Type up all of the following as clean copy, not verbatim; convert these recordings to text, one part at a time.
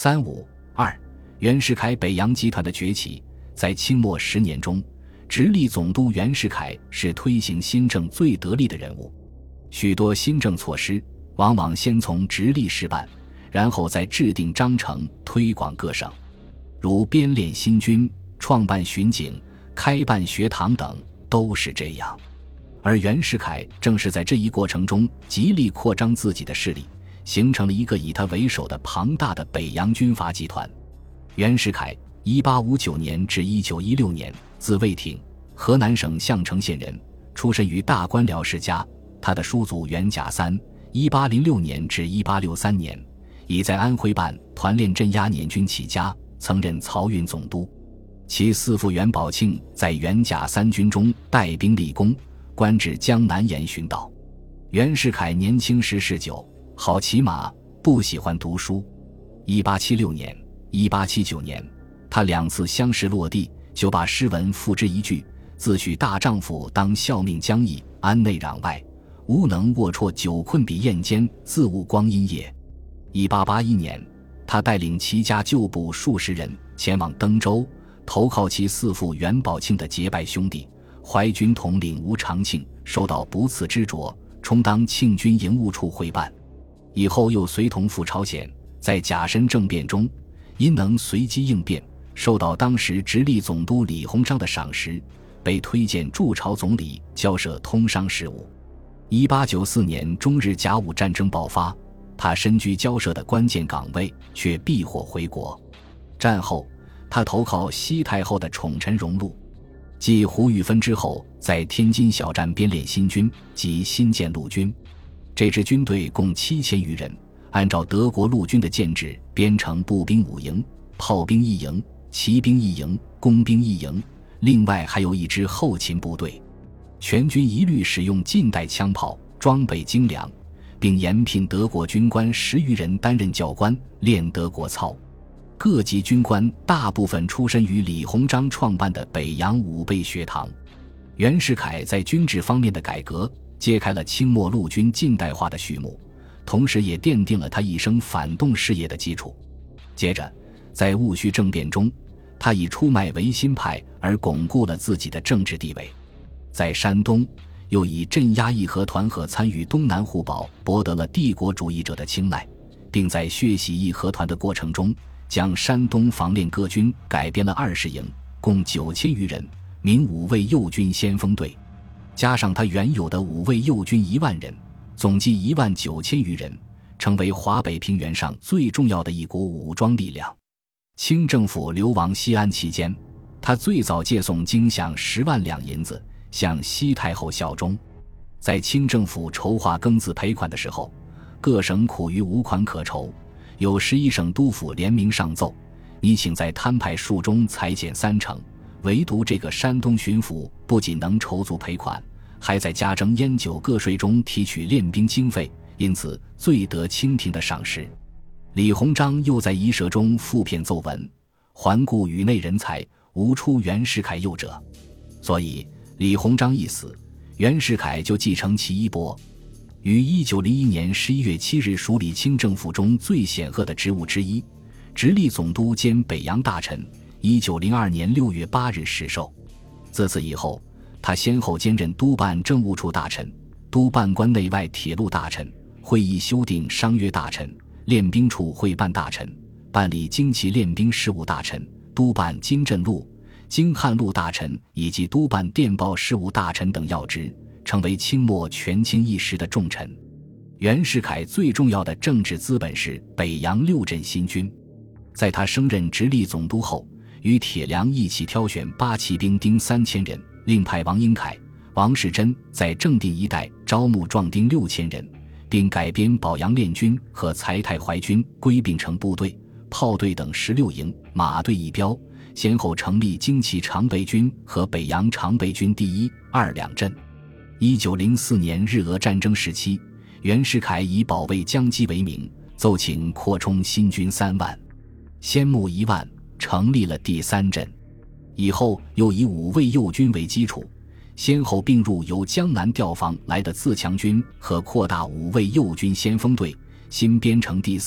352袁世凯北洋集团的崛起。在清末10年中，直隶总督袁世凯是推行新政最得力的人物。许多新政措施往往先从直隶试办，然后再制定章程推广各省，如编练新军、创办巡警、开办学堂等都是这样。而袁世凯正是在这一过程中极力扩张自己的势力，形成了一个以他为首的庞大的北洋军阀集团。袁世凯1859年至1916年，字卫挺，河南省项城县人，出身于大官僚世家。他的叔祖袁甲三1806年至1863年，已在安徽办团练镇压捻军起家，曾任漕运总督。其四父袁宝庆在袁甲三军中带兵立功，官至江南盐巡导。袁世凯年轻时嗜酒，好骑马，不喜欢读书。1876年、1879年，他2次乡试落地，就把诗文付之一炬：自诩大丈夫当效命疆邑，安内攘外，无能龌龊久困彼燕间，自误光阴也。1881年，他带领其家旧部数十人前往登州，投靠其四父袁宝庆的结拜兄弟淮军统领吴长庆，受到不次之擢，充当庆军营务处会办。以后又随同赴朝鲜，在甲申政变中因能随机应变，受到当时直隶总督李鸿章的赏识，被推荐驻朝总理，交涉通商事务。1894年中日甲午战争爆发，他身居交涉的关键岗位，却避祸回国。战后他投靠西太后的宠臣荣禄，继胡玉芬之后，在天津小站编练新军及新建陆军。这支军队共7000余人，按照德国陆军的建制编成步兵5营、炮兵1营、骑兵1营、工兵1营，另外还有一支后勤部队。全军一律使用近代枪炮，装备精良，并延聘德国军官10余人担任教官，练德国操。各级军官大部分出身于李鸿章创办的北洋武备学堂。袁世凯在军制方面的改革，揭开了清末陆军近代化的序幕，同时也奠定了他一生反动事业的基础。接着，在戊戌政变中，他以出卖维新派而巩固了自己的政治地位。在山东，又以镇压义和团和参与东南互保，博得了帝国主义者的青睐，并在血洗义和团的过程中，将山东防练各军改编了20营，共9000余人，名五卫右军先锋队。加上他原有的五卫右军1万人，总计19000余人，成为华北平原上最重要的一股武装力量。清政府流亡西安期间，他最早借送京饷10万两银子，向西太后效忠。在清政府筹划庚子赔款的时候，各省苦于无款可筹，有11省督府联名上奏，你请在摊派数中裁减30%，唯独这个山东巡抚不仅能筹足赔款，还在加征烟酒各税中提取练兵经费，因此最得清廷的赏识。李鸿章又在遗折中复篇奏文，环顾宇内人才，无出袁世凯右者。所以李鸿章一死，袁世凯就继承其衣钵。于1901年11月7日署理清政府中最显赫的职务之一，直隶总督兼北洋大臣，1902年6月8日逝寿。自此以后，他先后兼任督办政务处大臣、督办关内外铁路大臣、会议修订商约大臣、练兵处会办大臣、办理经骑练兵事务大臣、督办金镇路、京汉路大臣以及督办电报事务大臣等要职，成为清末权倾一时的重臣。袁世凯最重要的政治资本是北洋6镇新军。在他升任直隶总督后，与铁良一起挑选8骑兵丁3000人，另派王英凯、王士珍在正定一带招募壮丁6000人，并改编保阳练军和财太淮军归并成部队、炮队等16营，马队1标，先后成立京骑常备军和北洋常备军第1、2两镇。1904年日俄战争时期，袁世凯以保卫疆畿为名，奏请扩充新军3万，先募1万，成立了第3镇。以后又以五卫右军为基础，先后并入由江南调防来的自强军和扩大五卫右军先锋队，新编成第4、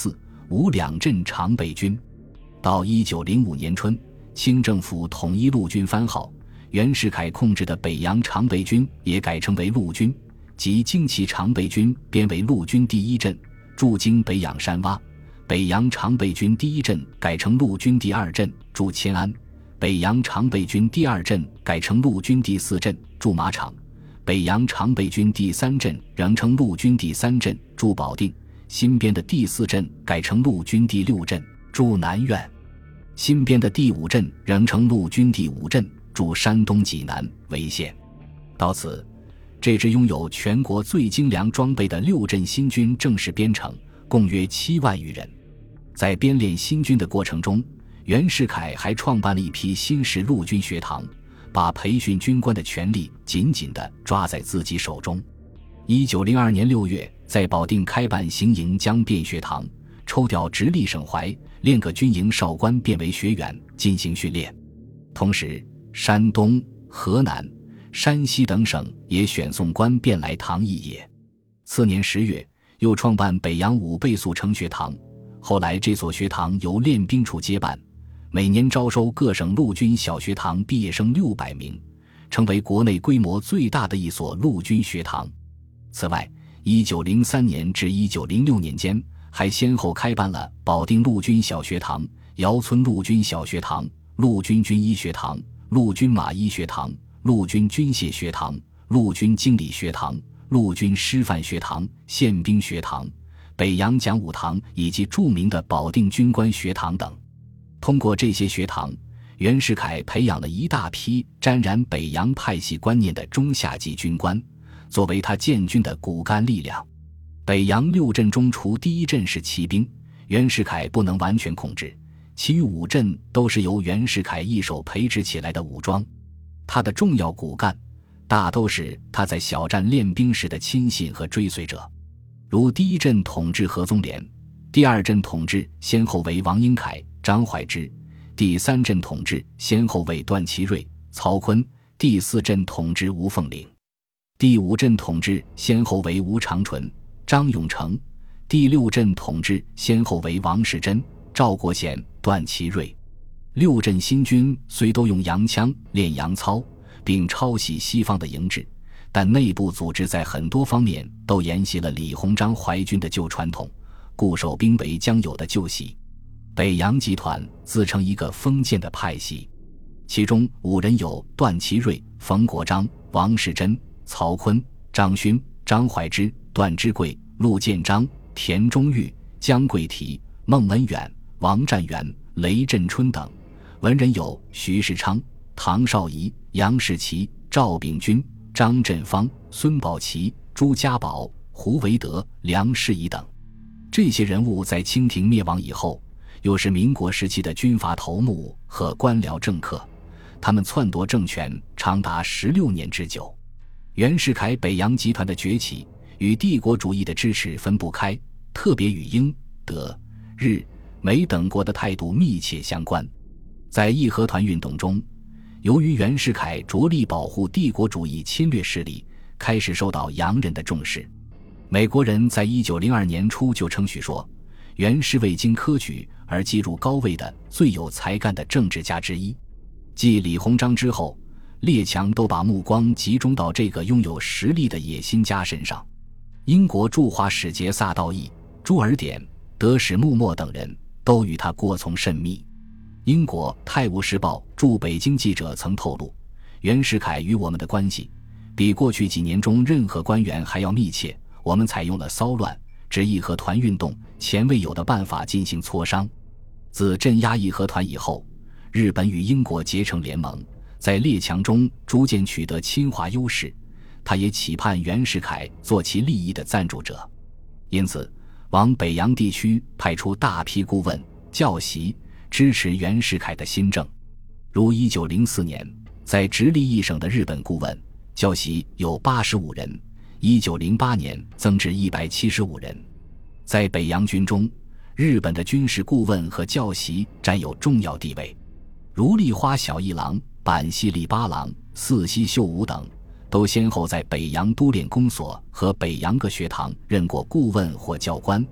吴两镇常备军。到1905年春，清政府统一陆军番号，袁世凯控制的北洋常备军也改称为陆军，即精骑常备军编为陆军第一镇，驻京北仰山洼；北洋常备军第一镇改成陆军第二镇，驻迁安；北洋常备军第二镇改成陆军第四镇，驻马场；北洋常备军第三镇仍称陆军第三镇，驻保定；新编的第四镇改成陆军第六镇，驻南苑；新编的第五镇仍称陆军第五镇，驻山东济南为县。到此，这支拥有全国最精良装备的六镇新军正式编成，共约7万余人。在编练新军的过程中，袁世凯还创办了一批新式陆军学堂，把培训军官的权力紧紧地抓在自己手中。1902年6月，在保定开办行营江便学堂，抽调直隶省怀练个军营少官变为学员进行训练。同时，山东、河南、山西等省也选送官便来堂诣也。次年10月，又创办北洋武备速成学堂，后来这所学堂由练兵处接办，每年招收各省陆军小学堂毕业生600名，成为国内规模最大的一所陆军学堂。此外，1903年至1906年间，还先后开办了保定陆军小学堂、姚村陆军小学堂、陆军军医学堂、陆军马医学堂、陆军军械学堂、陆军经理学堂、陆军师范学堂、宪兵学堂、北洋讲武堂以及著名的保定军官学堂等。通过这些学堂，袁世凯培养了一大批沾染北洋派系观念的中下级军官，作为他建军的骨干力量。北洋六镇中，除第一镇是骑兵，袁世凯不能完全控制，其余5镇都是由袁世凯一手培植起来的武装。他的重要骨干大都是他在小站练兵时的亲信和追随者，如第一镇统治何宗廉，第二镇统治先后为王英凯、张怀之，第三镇统治先后为段祺瑞、曹锟，第四镇统治吴凤岭，第五镇统治先后为吴长纯、张永成，第六镇统治先后为王士珍、赵国贤、段祺瑞。六镇新军虽都用洋枪练洋操，并抄袭西方的营制，但内部组织在很多方面都沿袭了李鸿章淮军的旧传统，固守兵围将有的旧习。北洋集团自成一个封建的派系，其中5人有段祺瑞、冯国璋、王士珍、曹锟、张勋、张怀之、段之贵、陆建章、田中玉、姜桂提、孟文远、王占元、雷震春等；文人有徐世昌、唐绍仪、杨士奇、赵秉钧、张振芳、孙宝琦、朱家宝、胡维德、梁士仪等。这些人物在清廷灭亡以后，又是民国时期的军阀头目和官僚政客，他们篡夺政权长达16年之久。袁世凯北洋集团的崛起与帝国主义的支持分不开，特别与英、德、日、美等国的态度密切相关。在义和团运动中，由于袁世凯着力保护帝国主义侵略势力，开始受到洋人的重视。美国人在1902年初就称许说，袁是未经科举而进入高位的最有才干的政治家之一。继李鸿章之后，列强都把目光集中到这个拥有实力的野心家身上。英国驻华使节萨道义、朱尔典、德史穆默等人都与他过从甚密。英国《泰晤士报》驻北京记者曾透露，袁世凯与我们的关系比过去几年中任何官员还要密切，我们采用了骚乱、执义和团运动前未有的办法进行磋商。自镇压义和团以后，日本与英国结成联盟，在列强中逐渐取得侵华优势，他也期盼袁世凯做其利益的赞助者，因此往北洋地区派出大批顾问、教习，支持袁世凯的新政。如1904年，在直隶一省的日本顾问、教习有85人，1908年增至175人。在北洋军中，日本的军事顾问和教习占有重要地位，如立花小一郎、板西利八郎、四西秀武等都先后在北洋都练公所和北洋各学堂任过顾问或教官，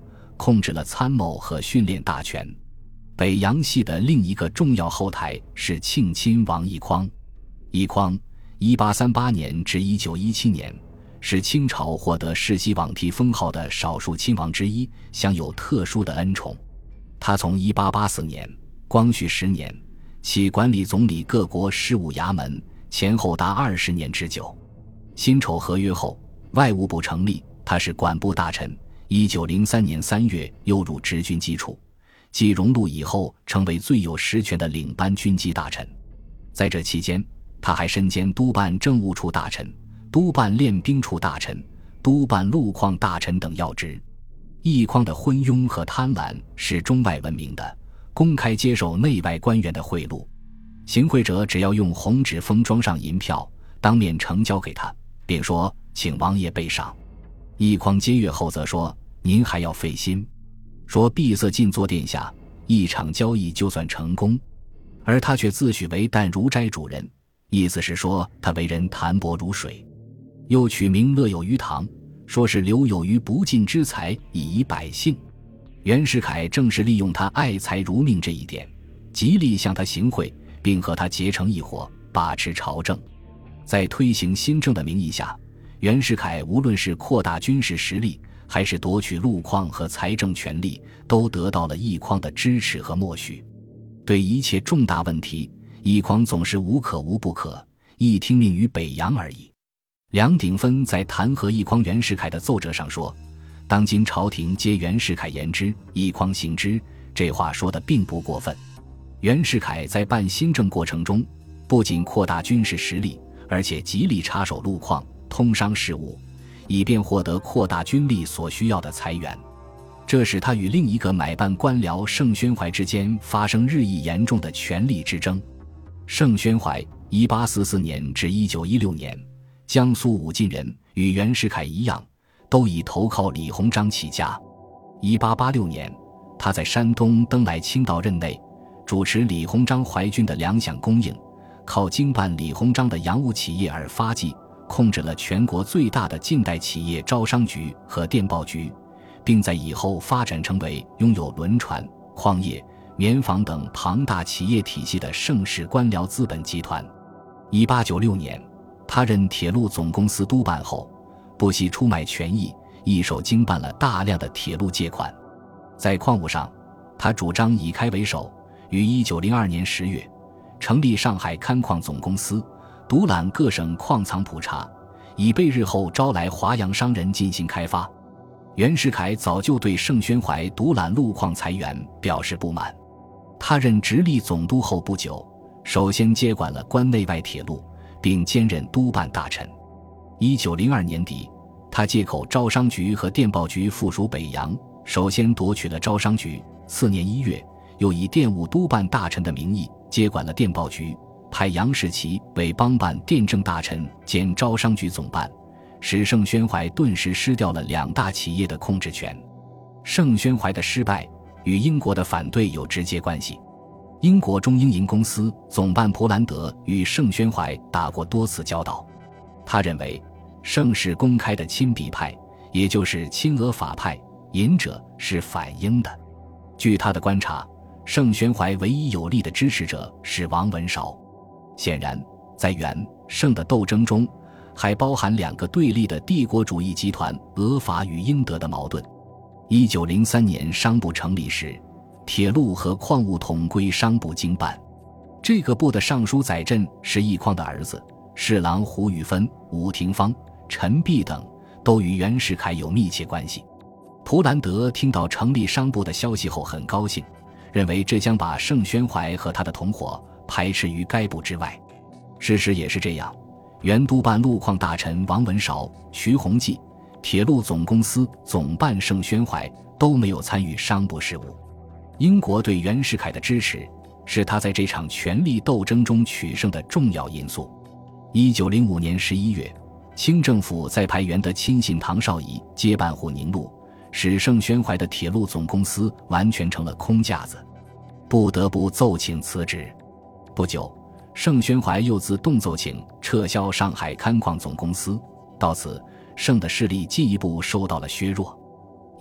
控制了参谋和训练大权。北洋系的另一个重要后台是庆亲王奕匡。奕匡1838年至1917年是清朝获得世袭罔替封号的少数亲王之一，享有特殊的恩宠。他从1884年光绪10年起管理总理各国事务衙门，前后达20年之久。辛丑合约后，外务部成立，他是管部大臣。1903年3月又入直军机处，继荣禄以后成为最有实权的领班军机大臣。在这期间，他还身兼督办政务处大臣、督办练兵处大臣、督办路况大臣等要职。奕匡的昏庸和贪婪是中外闻名的，公开接受内外官员的贿赂，行贿者只要用红纸封装上银票，当面呈交给他，并说请王爷备上。奕匡接阅后则说您还要费心，说闭塞尽做殿下，一场交易就算成功，而他却自诩为淡如斋主人，意思是说他为人淡泊如水。又取名乐有余堂，说是留有余不尽之财以遗百姓。袁世凯正是利用他爱财如命这一点，极力向他行贿，并和他结成一伙，把持朝政。在推行新政的名义下，袁世凯无论是扩大军事实力，还是夺取路况和财政权力，都得到了奕匡的支持和默许。对一切重大问题，奕匡总是无可无不可，一听命于北洋而已。梁鼎芬在弹劾奕匡袁世凯的奏折上说，当今朝廷皆袁世凯言之，奕匡行之，这话说得并不过分。袁世凯在办新政过程中，不仅扩大军事实力，而且极力插手路况、通商事务，以便获得扩大军力所需要的财源。这使他与另一个买办官僚盛宣怀之间发生日益严重的权力之争。盛宣怀1844年至1916年，江苏武进人，与袁世凯一样，都以投靠李鸿章起家。1886年，他在山东登莱清道任内，主持李鸿章淮军的粮饷供应，靠经办李鸿章的洋务企业而发迹，控制了全国最大的近代企业招商局和电报局，并在以后发展成为拥有轮船、矿业、棉纺等庞大企业体系的盛世官僚资本集团。1896年，他任铁路总公司督办后，不惜出卖权益，一手经办了大量的铁路借款。在矿务上，他主张以开为首，于1902年10月成立上海勘矿总公司，独揽各省矿藏普查，以备日后招来华洋商人进行开发。袁世凯早就对盛宣怀独揽路矿财源表示不满。他任直隶总督后不久，首先接管了关内外铁路，并兼任督办大臣。1902年底，他借口招商局和电报局附属北洋，首先夺取了招商局，次年1月又以电务督办大臣的名义接管了电报局，派杨士奇为帮办电政大臣兼招商局总办，使盛宣怀顿时失掉了两大企业的控制权。盛宣怀的失败与英国的反对有直接关系。英国中英银公司总办普兰德与盛宣怀打过多次交道，他认为盛是公开的亲笔派，也就是亲俄法派，隐者是反英的。据他的观察，盛宣怀唯一有力的支持者是王文韶。显然，在袁盛的斗争中，还包含两个对立的帝国主义集团俄法与英德的矛盾。1903年商部成立时，铁路和矿务统归商部经办，这个部的尚书载振是奕匡的儿子，侍郎胡宇芬、伍廷芳、陈璧等都与袁世凯有密切关系。普兰德听到成立商部的消息后很高兴，认为这将把盛宣怀和他的同伙排斥于该部之外。事实也是这样，原督办路矿大臣王文韶、徐弘济，铁路总公司总办盛宣怀都没有参与商部事务。英国对袁世凯的支持是他在这场权力斗争中取胜的重要因素。1905年11月，清政府再派袁的亲信唐绍仪接办沪宁路，使盛宣怀的铁路总公司完全成了空架子，不得不奏请辞职。不久，盛宣怀又自动奏请撤销上海勘矿总公司，到此盛的势力进一步受到了削弱。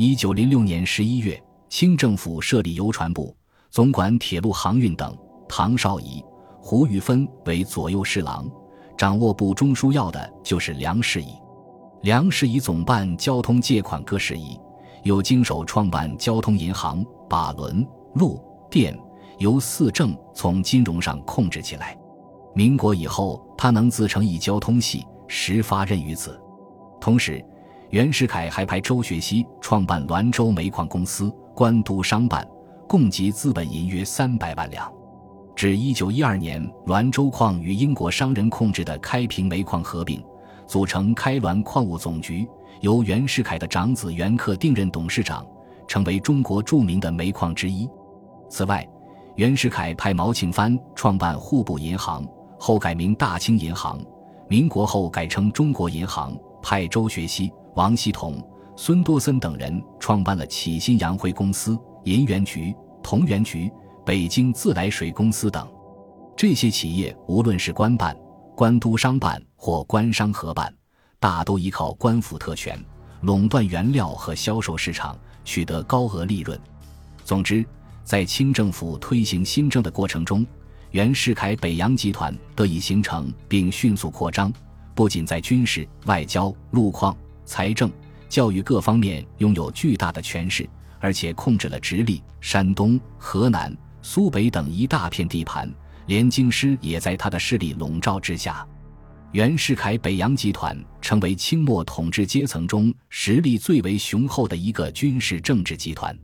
1906年11月，清政府设立邮传部，总管铁路航运等，唐绍仪、胡玉芬为左右侍郎，掌握部中枢要的就是梁士仪。梁士仪总办交通借款各事宜，又经手创办交通银行，把轮、路、电、邮四政从金融上控制起来。民国以后，他能自成一交通系，实发任于此。同时，袁世凯还派周学熙创办滦州煤矿公司，官督商办，共集资本银约300万两。至1912年，滦州矿与英国商人控制的开平煤矿合并，组成开滦矿务总局，由袁世凯的长子袁克定任董事长，成为中国著名的煤矿之一。此外，袁世凯派毛庆藩创办户部银行，后改名大清银行，民国后改称中国银行，派周学熙、王锡同、孙多森等人创办了启新洋灰公司、银元局、铜元局、北京自来水公司等。这些企业无论是官办、官督商办或官商合办，大都依靠官府特权，垄断原料和销售市场，取得高额利润。总之，在清政府推行新政的过程中，袁世凯北洋集团得以形成并迅速扩张，不仅在军事、外交、路矿、财政、教育各方面拥有巨大的权势，而且控制了直隶、山东、河南、苏北等一大片地盘，连京师也在他的势力笼罩之下。袁世凯北洋集团成为清末统治阶层中实力最为雄厚的一个军事政治集团。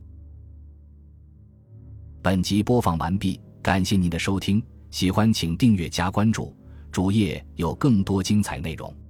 本集播放完毕，感谢您的收听，喜欢请订阅加关注，主页有更多精彩内容。